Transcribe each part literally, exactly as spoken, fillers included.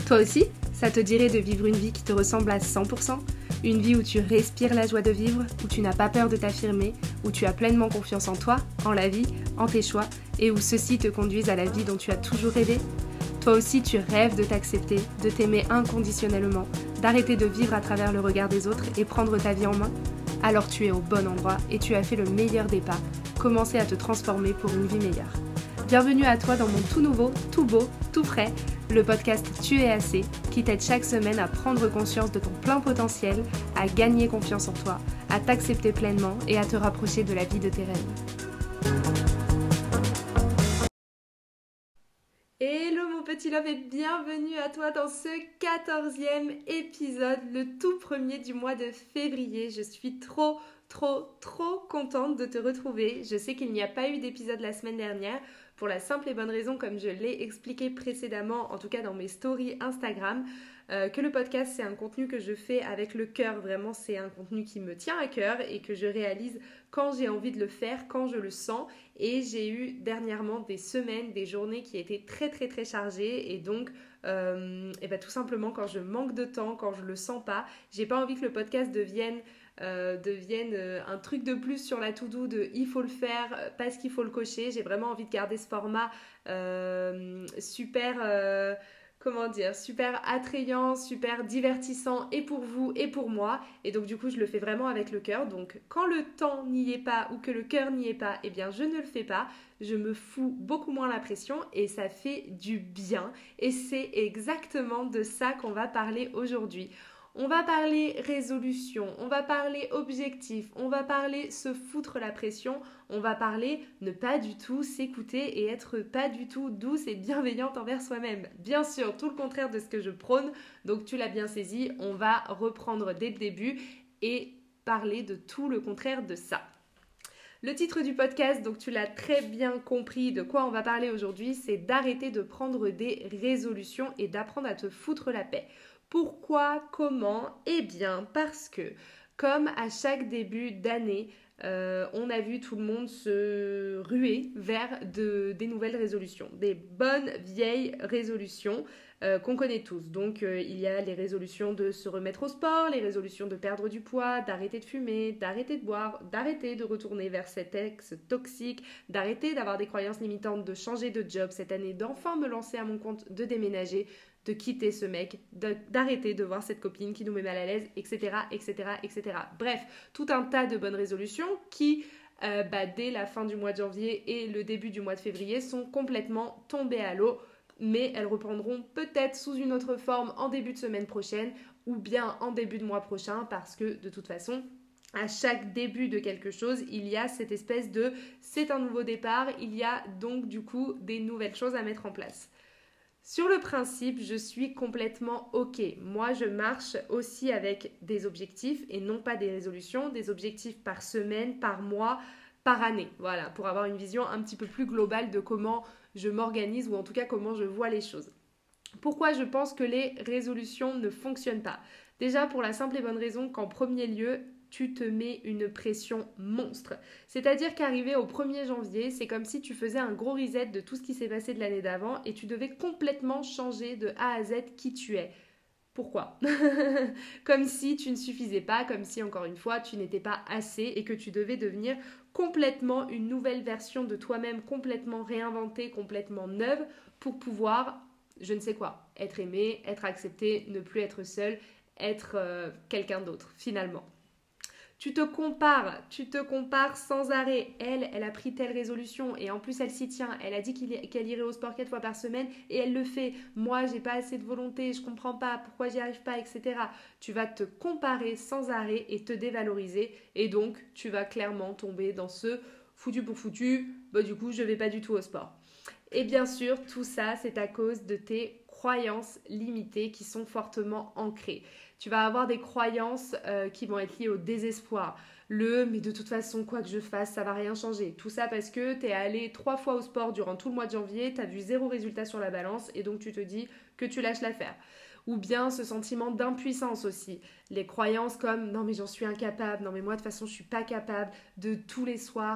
Toi aussi, ça te dirait de vivre une vie qui te ressemble à cent pour cent? Une vie où tu respires la joie de vivre, où tu n'as pas peur de t'affirmer, où tu as pleinement confiance en toi, en la vie, en tes choix, et où ceux-ci te conduisent à la vie dont tu as toujours rêvé? Toi aussi, tu rêves de t'accepter, de t'aimer inconditionnellement, d'arrêter de vivre à travers le regard des autres et prendre ta vie en main? Alors tu es au bon endroit et tu as fait le meilleur des pas, commencer à te transformer pour une vie meilleure. Bienvenue à toi dans mon tout nouveau, tout beau, tout frais, le podcast Tu es assez, qui t'aide chaque semaine à prendre conscience de ton plein potentiel, à gagner confiance en toi, à t'accepter pleinement et à te rapprocher de la vie de tes rêves. Hello mon petit love et bienvenue à toi dans ce quatorzième épisode, le tout premier du mois de février. Je suis trop, trop, trop contente de te retrouver. Je sais qu'il n'y a pas eu d'épisode la semaine dernière pour la simple et bonne raison, comme je l'ai expliqué précédemment, en tout cas dans mes stories Instagram, euh, que le podcast c'est un contenu que je fais avec le cœur. Vraiment, c'est un contenu qui me tient à cœur et que je réalise quand j'ai envie de le faire, quand je le sens. Et j'ai eu dernièrement des semaines, des journées qui étaient très très très chargées et donc euh, et ben, tout simplement quand je manque de temps, quand je le sens pas, j'ai pas envie que le podcast devienne Euh, devienne euh, un truc de plus sur la to-do de il faut le faire parce qu'il faut le cocher. J'ai vraiment envie de garder ce format euh, super euh, comment dire, super attrayant, super divertissant et pour vous et pour moi, et donc du coup je le fais vraiment avec le cœur. Donc quand le temps n'y est pas ou que le cœur n'y est pas, eh bien je ne le fais pas, je me fous beaucoup moins la pression et ça fait du bien, et c'est exactement de ça qu'on va parler aujourd'hui. On va parler résolution, on va parler objectif, on va parler se foutre la pression, on va parler ne pas du tout s'écouter et être pas du tout douce et bienveillante envers soi-même. Bien sûr, tout le contraire de ce que je prône, donc tu l'as bien saisi, on va reprendre dès le début et parler de tout le contraire de ça. Le titre du podcast, donc tu l'as très bien compris de quoi on va parler aujourd'hui, c'est d'arrêter de prendre des résolutions et d'apprendre à te foutre la paix. Pourquoi? Comment? Eh bien parce que, comme à chaque début d'année, euh, on a vu tout le monde se ruer vers de, des nouvelles résolutions, des bonnes vieilles résolutions euh, qu'on connaît tous. Donc euh, il y a les résolutions de se remettre au sport, les résolutions de perdre du poids, d'arrêter de fumer, d'arrêter de boire, d'arrêter de retourner vers cet ex toxique, d'arrêter d'avoir des croyances limitantes, de changer de job cette année, d'enfin me lancer à mon compte, de déménager, de quitter ce mec, de, d'arrêter de voir cette copine qui nous met mal à l'aise, et cetera, et cetera, et cetera. Bref, tout un tas de bonnes résolutions qui, euh, bah, dès la fin du mois de janvier et le début du mois de février, sont complètement tombées à l'eau, mais elles reprendront peut-être sous une autre forme en début de semaine prochaine ou bien en début de mois prochain, parce que de toute façon, à chaque début de quelque chose, il y a cette espèce de c'est un nouveau départ, il y a donc du coup des nouvelles choses à mettre en place. Sur le principe, je suis complètement OK. Moi, je marche aussi avec des objectifs et non pas des résolutions, des objectifs par semaine, par mois, par année. Voilà, pour avoir une vision un petit peu plus globale de comment je m'organise ou en tout cas comment je vois les choses. Pourquoi je pense que les résolutions ne fonctionnent pas? Déjà pour la simple et bonne raison qu'en premier lieu, tu te mets une pression monstre. C'est-à-dire qu'arrivé au premier janvier, c'est comme si tu faisais un gros reset de tout ce qui s'est passé de l'année d'avant et tu devais complètement changer de A à Z qui tu es. Pourquoi? Comme si tu ne suffisais pas, comme si encore une fois tu n'étais pas assez et que tu devais devenir complètement une nouvelle version de toi-même, complètement réinventée, complètement neuve pour pouvoir, je ne sais quoi, être aimé, être accepté, ne plus être seul, être euh, quelqu'un d'autre finalement. Tu te compares, tu te compares sans arrêt. Elle, elle a pris telle résolution et en plus elle s'y tient. Elle a dit qu'il, qu'elle irait au sport quatre fois par semaine et elle le fait. Moi, j'ai pas assez de volonté, je comprends pas pourquoi j'y arrive pas, et cetera. Tu vas te comparer sans arrêt et te dévaloriser et donc tu vas clairement tomber dans ce foutu pour foutu. Bah du coup, je vais pas du tout au sport. Et bien sûr, tout ça, c'est à cause de tes croyances limitées qui sont fortement ancrées. Tu vas avoir des croyances euh, qui vont être liées au désespoir. Le « mais de toute façon, quoi que je fasse, ça va rien changer ». Tout ça parce que tu es allé trois fois au sport durant tout le mois de janvier, tu as vu zéro résultat sur la balance et donc tu te dis que tu lâches l'affaire. Ou bien ce sentiment d'impuissance aussi. Les croyances comme « non mais j'en suis incapable, non mais moi de toute façon je suis pas capable de tous les soirs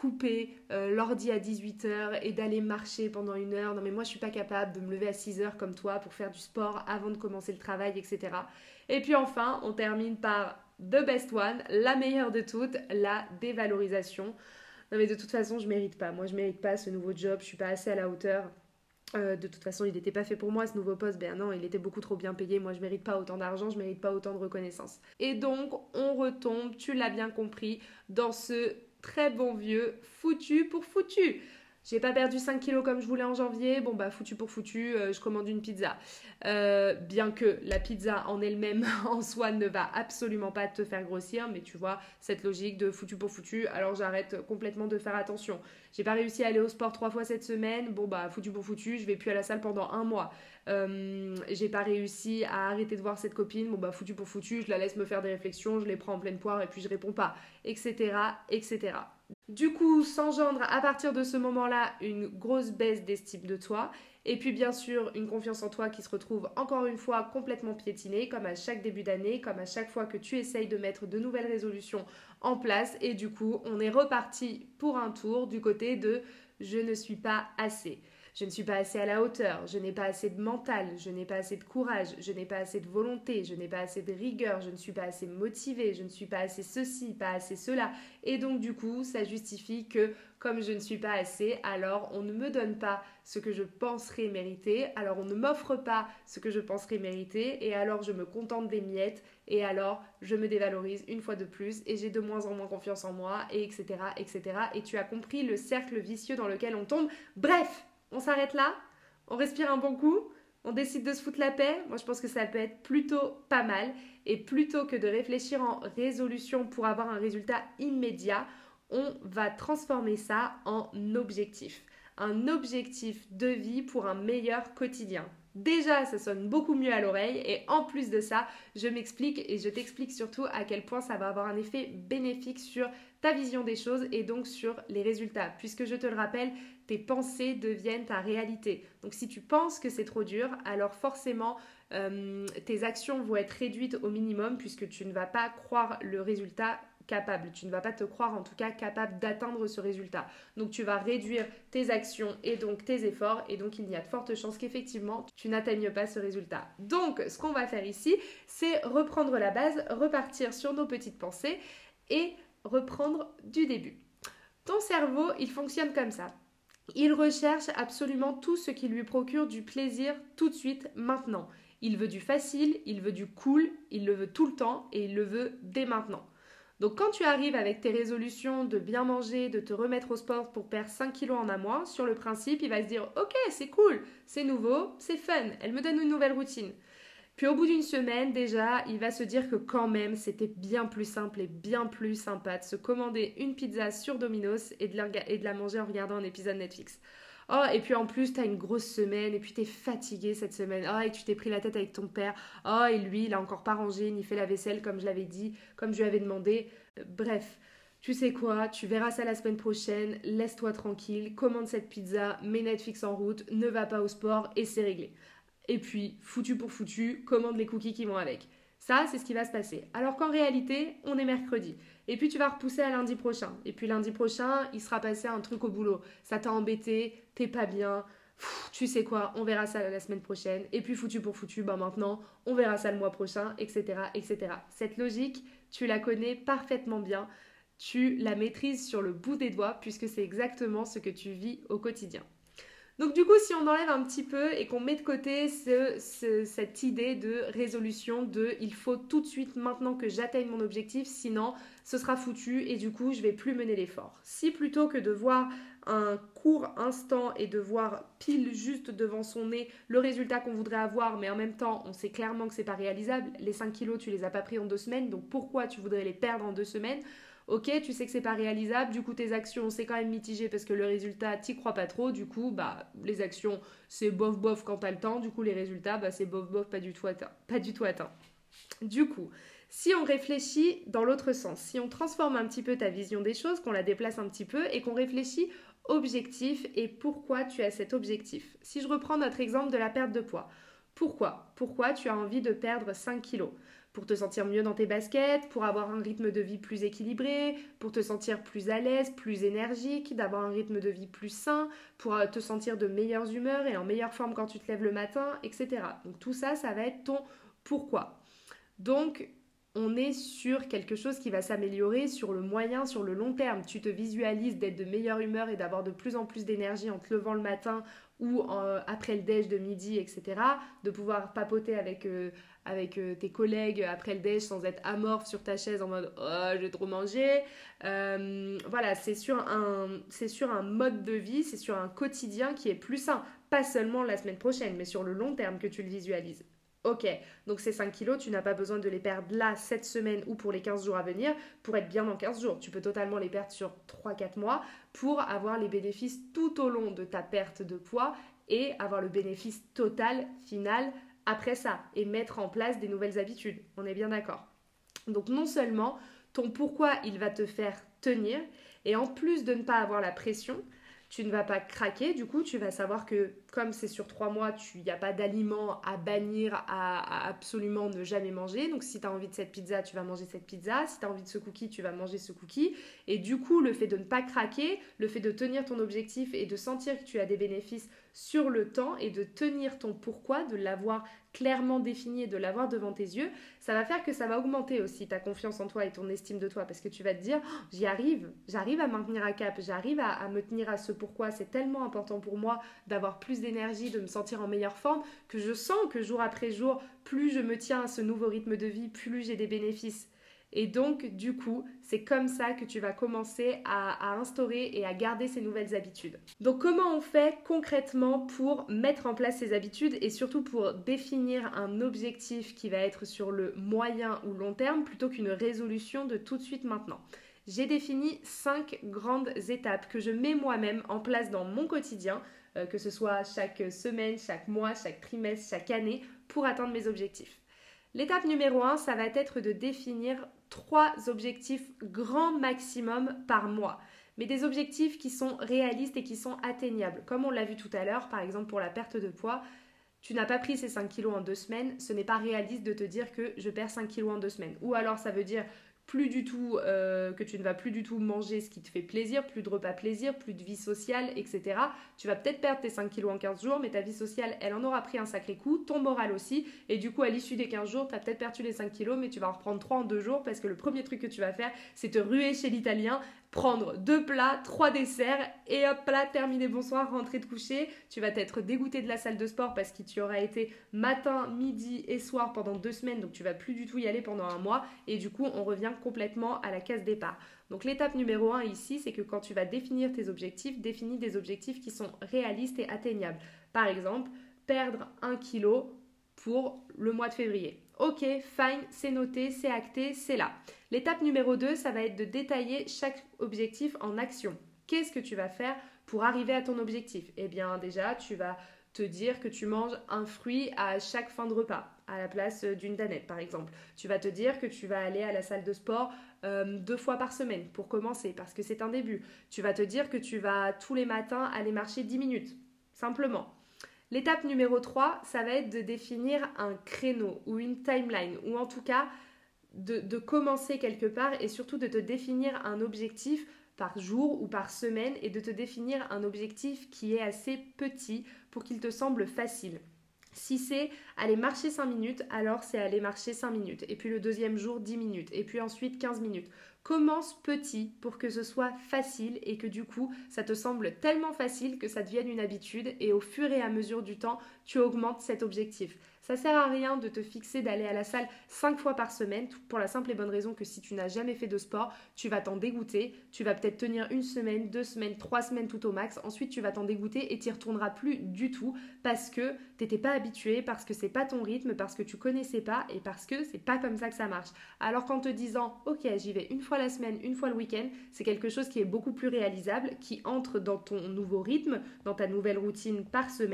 couper euh, l'ordi à dix-huit heures et d'aller marcher pendant une heure. Non mais moi je suis pas capable de me lever à six heures comme toi pour faire du sport avant de commencer le travail, et cetera. Et puis enfin, on termine par the best one, la meilleure de toutes, la dévalorisation. Non mais de toute façon, je mérite pas. Moi je mérite pas ce nouveau job, je suis pas assez à la hauteur. Euh, de toute façon, il n'était pas fait pour moi ce nouveau poste. Ben non, il était beaucoup trop bien payé. Moi, je mérite pas autant d'argent, je mérite pas autant de reconnaissance. Et donc, on retombe, tu l'as bien compris, dans ce très bon vieux foutu pour foutu. J'ai pas perdu cinq kilos comme je voulais en janvier, bon bah foutu pour foutu, euh, je commande une pizza. Euh, bien que la pizza en elle-même en soi ne va absolument pas te faire grossir, mais tu vois, cette logique de foutu pour foutu, alors j'arrête complètement de faire attention. J'ai pas réussi à aller au sport trois fois cette semaine, bon bah foutu pour foutu, je vais plus à la salle pendant un mois. Euh, j'ai pas réussi à arrêter de voir cette copine, bon bah foutu pour foutu, je la laisse me faire des réflexions, je les prends en pleine poire et puis je réponds pas, et cetera, et cetera. Du coup, s'engendre à partir de ce moment-là une grosse baisse d'estime de toi et puis bien sûr une confiance en toi qui se retrouve encore une fois complètement piétinée comme à chaque début d'année, comme à chaque fois que tu essayes de mettre de nouvelles résolutions en place et du coup on est reparti pour un tour du côté de je ne suis pas assez. Je ne suis pas assez à la hauteur, je n'ai pas assez de mental, je n'ai pas assez de courage, je n'ai pas assez de volonté, je n'ai pas assez de rigueur, je ne suis pas assez motivée, je ne suis pas assez ceci, pas assez cela. Et donc du coup, ça justifie que comme je ne suis pas assez, alors on ne me donne pas ce que je penserais mériter, alors on ne m'offre pas ce que je penserais mériter, et alors je me contente des miettes, et alors je me dévalorise une fois de plus, et j'ai de moins en moins confiance en moi, et etc., et cetera. Et tu as compris le cercle vicieux dans lequel on tombe. Bref, on s'arrête là, on respire un bon coup, on décide de se foutre la paix. Moi, je pense que ça peut être plutôt pas mal. Et plutôt que de réfléchir en résolution pour avoir un résultat immédiat, on va transformer ça en objectif. Un objectif de vie pour un meilleur quotidien. Déjà, ça sonne beaucoup mieux à l'oreille et en plus de ça, je m'explique et je t'explique surtout à quel point ça va avoir un effet bénéfique sur ta vision des choses et donc sur les résultats. Puisque je te le rappelle, tes pensées deviennent ta réalité. Donc si tu penses que c'est trop dur, alors forcément euh, tes actions vont être réduites au minimum puisque tu ne vas pas croire le résultat capable. Tu ne vas pas te croire en tout cas capable d'atteindre ce résultat. Donc tu vas réduire tes actions et donc tes efforts et donc il y a de fortes chances qu'effectivement tu n'atteignes pas ce résultat. Donc ce qu'on va faire ici, c'est reprendre la base, repartir sur nos petites pensées et reprendre du début. Ton cerveau, il fonctionne comme ça. Il recherche absolument tout ce qui lui procure du plaisir tout de suite, maintenant. Il veut du facile, il veut du cool, il le veut tout le temps et il le veut dès maintenant. Donc quand tu arrives avec tes résolutions de bien manger, de te remettre au sport pour perdre cinq kilos en un mois, sur le principe, il va se dire « Ok, c'est cool, c'est nouveau, c'est fun, elle me donne une nouvelle routine ». Puis au bout d'une semaine, déjà, il va se dire que quand même, c'était bien plus simple et bien plus sympa de se commander une pizza sur Domino's et de la, et de la manger en regardant un épisode Netflix. Oh, et puis en plus, t'as une grosse semaine et puis t'es fatigué cette semaine. Oh, et tu t'es pris la tête avec ton père. Oh, et lui, il a encore pas rangé ni fait la vaisselle comme je l'avais dit, comme je lui avais demandé. Euh, bref, tu sais quoi, tu verras ça la semaine prochaine. Laisse-toi tranquille, commande cette pizza, mets Netflix en route, ne va pas au sport et c'est réglé. Et puis, foutu pour foutu, commande les cookies qui vont avec. Ça, c'est ce qui va se passer. Alors qu'en réalité, on est mercredi. Et puis, tu vas repousser à lundi prochain. Et puis, lundi prochain, il sera passé un truc au boulot. Ça t'a embêté, t'es pas bien. Pff, tu sais quoi, on verra ça la semaine prochaine. Et puis, foutu pour foutu, ben maintenant, on verra ça le mois prochain, et cetera, et cetera. Cette logique, tu la connais parfaitement bien. Tu la maîtrises sur le bout des doigts puisque c'est exactement ce que tu vis au quotidien. Donc du coup, si on enlève un petit peu et qu'on met de côté ce, ce, cette idée de résolution de « il faut tout de suite maintenant que j'atteigne mon objectif, sinon ce sera foutu et du coup je vais plus mener l'effort ». Si plutôt que de voir un court instant et de voir pile juste devant son nez le résultat qu'on voudrait avoir, mais en même temps on sait clairement que c'est pas réalisable, les cinq kilos tu les as pas pris en deux semaines, donc pourquoi tu voudrais les perdre en deux semaines ? Ok, tu sais que c'est pas réalisable, du coup tes actions c'est quand même mitigé parce que le résultat t'y crois pas trop, du coup bah les actions c'est bof bof quand t'as le temps, du coup les résultats bah c'est bof bof pas du tout atteint, pas du tout atteint. Du coup, si on réfléchit dans l'autre sens, si on transforme un petit peu ta vision des choses, qu'on la déplace un petit peu et qu'on réfléchit objectif et pourquoi tu as cet objectif. Si je reprends notre exemple de la perte de poids, pourquoi ? Pourquoi tu as envie de perdre cinq kilos ? pour te sentir mieux dans tes baskets, pour avoir un rythme de vie plus équilibré, pour te sentir plus à l'aise, plus énergique, d'avoir un rythme de vie plus sain, pour te sentir de meilleures humeurs et en meilleure forme quand tu te lèves le matin, et cetera. Donc tout ça, ça va être ton pourquoi. Donc, on est sur quelque chose qui va s'améliorer sur le moyen, sur le long terme. Tu te visualises d'être de meilleure humeur et d'avoir de plus en plus d'énergie en te levant le matin ou en, après le déj de midi, et cetera. De pouvoir papoter avec, euh, avec euh, tes collègues après le déj sans être amorphe sur ta chaise en mode « Oh, j'ai trop mangé euh, ». Voilà, c'est sur, un, c'est sur un mode de vie, c'est sur un quotidien qui est plus sain. Pas seulement la semaine prochaine, mais sur le long terme que tu le visualises. Ok, donc ces cinq kilos, tu n'as pas besoin de les perdre là, cette semaine ou pour les quinze jours à venir pour être bien dans quinze jours. Tu peux totalement les perdre sur trois à quatre mois pour avoir les bénéfices tout au long de ta perte de poids et avoir le bénéfice total, final, après ça et mettre en place des nouvelles habitudes. On est bien d'accord. Donc non seulement ton pourquoi il va te faire tenir et en plus de ne pas avoir la pression, tu ne vas pas craquer, du coup tu vas savoir que comme c'est sur trois mois, il n'y a pas d'aliments à bannir, à, à absolument ne jamais manger. Donc si tu as envie de cette pizza, tu vas manger cette pizza. Si tu as envie de ce cookie, tu vas manger ce cookie. Et du coup, le fait de ne pas craquer, le fait de tenir ton objectif et de sentir que tu as des bénéfices sur le temps et de tenir ton pourquoi, de l'avoir clairement défini et de l'avoir devant tes yeux, ça va faire que ça va augmenter aussi ta confiance en toi et ton estime de toi parce que tu vas te dire oh, j'y arrive, j'arrive à maintenir un cap, j'arrive à, à me tenir à ce pourquoi, c'est tellement important pour moi d'avoir plus d'énergie, de me sentir en meilleure forme que je sens que jour après jour, plus je me tiens à ce nouveau rythme de vie, plus j'ai des bénéfices. Et donc, du coup, c'est comme ça que tu vas commencer à, à instaurer et à garder ces nouvelles habitudes. Donc, comment on fait concrètement pour mettre en place ces habitudes et surtout pour définir un objectif qui va être sur le moyen ou long terme plutôt qu'une résolution de tout de suite maintenant? J'ai défini cinq grandes étapes que je mets moi-même en place dans mon quotidien, euh, que ce soit chaque semaine, chaque mois, chaque trimestre, chaque année, pour atteindre mes objectifs. L'étape numéro un, ça va être de définir trois objectifs grand maximum par mois. Mais des objectifs qui sont réalistes et qui sont atteignables. Comme on l'a vu tout à l'heure, par exemple pour la perte de poids, tu n'as pas pris ces cinq kilos en deux semaines, ce n'est pas réaliste de te dire que je perds cinq kilos en deux semaines. Ou alors ça veut dire plus du tout, euh, que tu ne vas plus du tout manger ce qui te fait plaisir, plus de repas plaisir, plus de vie sociale, et cetera. Tu vas peut-être perdre tes cinq kilos en quinze jours, mais ta vie sociale, elle en aura pris un sacré coup, ton moral aussi, et du coup, à l'issue des quinze jours, tu as peut-être perdu les cinq kilos, mais tu vas en reprendre trois en deux jours, parce que le premier truc que tu vas faire, c'est te ruer chez l'italien, prendre deux plats, trois desserts, et hop là, terminé, bonsoir, rentrer te coucher. Tu vas t'être dégoûté de la salle de sport parce qu'il t'y aura été matin, midi et soir pendant deux semaines, donc tu vas plus du tout y aller pendant un mois, et du coup, on revient complètement à la case départ. Donc l'étape numéro un ici, c'est que quand tu vas définir tes objectifs, définis des objectifs qui sont réalistes et atteignables. Par exemple, perdre un kilo pour le mois de février. Ok, fine, c'est noté, c'est acté, c'est là. L'étape numéro deux, ça va être de détailler chaque objectif en action. Qu'est-ce que tu vas faire pour arriver à ton objectif? Eh bien déjà, tu vas te dire que tu manges un fruit à chaque fin de repas, à la place d'une danette par exemple. Tu vas te dire que tu vas aller à la salle de sport euh, deux fois par semaine pour commencer, parce que c'est un début. Tu vas te dire que tu vas tous les matins aller marcher dix minutes, simplement. L'étape numéro trois, ça va être de définir un créneau ou une timeline, ou en tout cas de, de commencer quelque part et surtout de te définir un objectif par jour ou par semaine et de te définir un objectif qui est assez petit pour qu'il te semble facile. Si c'est aller marcher cinq minutes, alors c'est aller marcher cinq minutes. Et puis le deuxième jour, dix minutes. Et puis ensuite, quinze minutes. Commence petit pour que ce soit facile et que du coup, ça te semble tellement facile que ça devienne une habitude. Et au fur et à mesure du temps, tu augmentes cet objectif. Ça sert à rien de te fixer d'aller à la salle cinq fois par semaine pour la simple et bonne raison que si tu n'as jamais fait de sport, tu vas t'en dégoûter. Tu vas peut-être tenir une semaine, deux semaines, trois semaines tout au max. Ensuite, tu vas t'en dégoûter et tu n'y retourneras plus du tout parce que tu n'étais pas habitué, parce que c'est pas ton rythme, parce que tu connaissais pas et parce que c'est pas comme ça que ça marche. Alors qu'en te disant, ok, j'y vais une fois la semaine, une fois le week-end, c'est quelque chose qui est beaucoup plus réalisable, qui entre dans ton nouveau rythme, dans ta nouvelle routine par semaine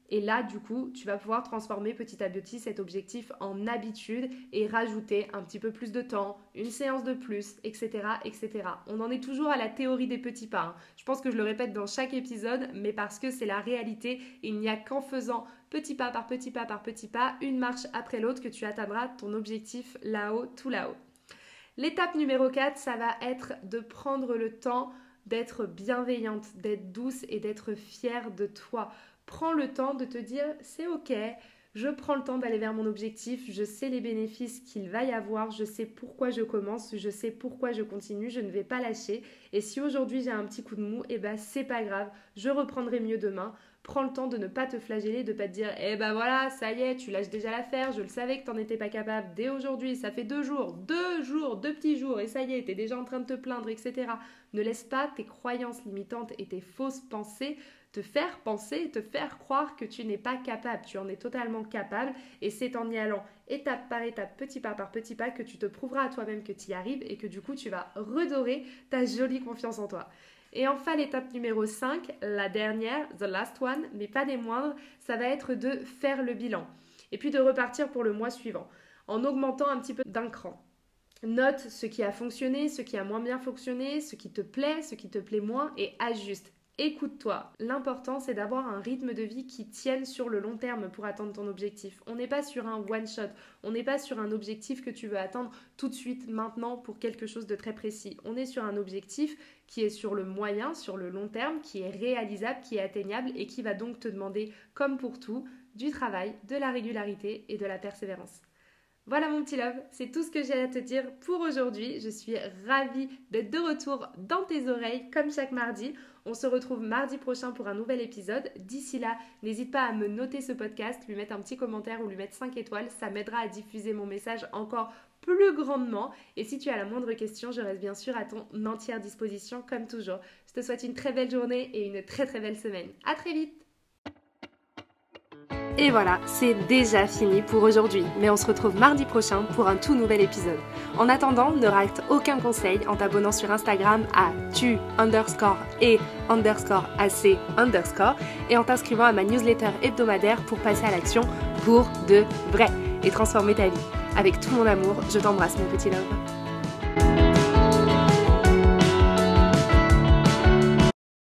Et là, du coup, tu vas pouvoir transformer petit à petit cet objectif en habitude et rajouter un petit peu plus de temps, une séance de plus, et cetera, et cetera. On en est toujours à la théorie des petits pas. Hein. Je pense que je le répète dans chaque épisode, mais parce que c'est la réalité. Il n'y a qu'en faisant petit pas par petit pas par petit pas, une marche après l'autre, que tu atteindras ton objectif là-haut, tout là-haut. L'étape numéro quatre, ça va être de prendre le temps d'être bienveillante, d'être douce et d'être fière de toi. Prends le temps de te dire c'est ok, je prends le temps d'aller vers mon objectif, je sais les bénéfices qu'il va y avoir, je sais pourquoi je commence, je sais pourquoi je continue, je ne vais pas lâcher. Et si aujourd'hui j'ai un petit coup de mou, eh ben c'est pas grave, je reprendrai mieux demain. Prends le temps de ne pas te flageller, de ne pas te dire eh ben voilà, ça y est, tu lâches déjà l'affaire, je le savais que tu n'en étais pas capable dès aujourd'hui, ça fait deux jours, deux jours, deux petits jours et ça y est, tu es déjà en train de te plaindre, et cetera. Ne laisse pas tes croyances limitantes et tes fausses pensées te faire penser, te faire croire que tu n'es pas capable. Tu en es totalement capable et c'est en y allant étape par étape, petit pas par petit pas que tu te prouveras à toi-même que tu y arrives et que du coup tu vas redorer ta jolie confiance en toi. Et enfin, l'étape numéro cinq, la dernière, the last one, mais pas des moindres, ça va être de faire le bilan et puis de repartir pour le mois suivant en augmentant un petit peu d'un cran. Note ce qui a fonctionné, ce qui a moins bien fonctionné, ce qui te plaît, ce qui te plaît moins et ajuste. Écoute-toi. L'important, c'est d'avoir un rythme de vie qui tienne sur le long terme pour atteindre ton objectif. On n'est pas sur un one-shot. On n'est pas sur un objectif que tu veux atteindre tout de suite, maintenant, pour quelque chose de très précis. On est sur un objectif qui est sur le moyen, sur le long terme, qui est réalisable, qui est atteignable et qui va donc te demander, comme pour tout, du travail, de la régularité et de la persévérance. Voilà mon petit love, c'est tout ce que j'ai à te dire pour aujourd'hui. Je suis ravie d'être de retour dans tes oreilles comme chaque mardi. On se retrouve mardi prochain pour un nouvel épisode. D'ici là, n'hésite pas à me noter ce podcast, lui mettre un petit commentaire ou lui mettre cinq étoiles. Ça m'aidera à diffuser mon message encore plus grandement. Et si tu as la moindre question, je reste bien sûr à ton entière disposition comme toujours. Je te souhaite une très belle journée et une très très belle semaine. À très vite! Et voilà, c'est déjà fini pour aujourd'hui, mais on se retrouve mardi prochain pour un tout nouvel épisode. En attendant, ne rate aucun conseil en t'abonnant sur Instagram à tu underscore et underscore ac underscore et en t'inscrivant à ma newsletter hebdomadaire pour passer à l'action pour de vrai et transformer ta vie. Avec tout mon amour, je t'embrasse mon petit love.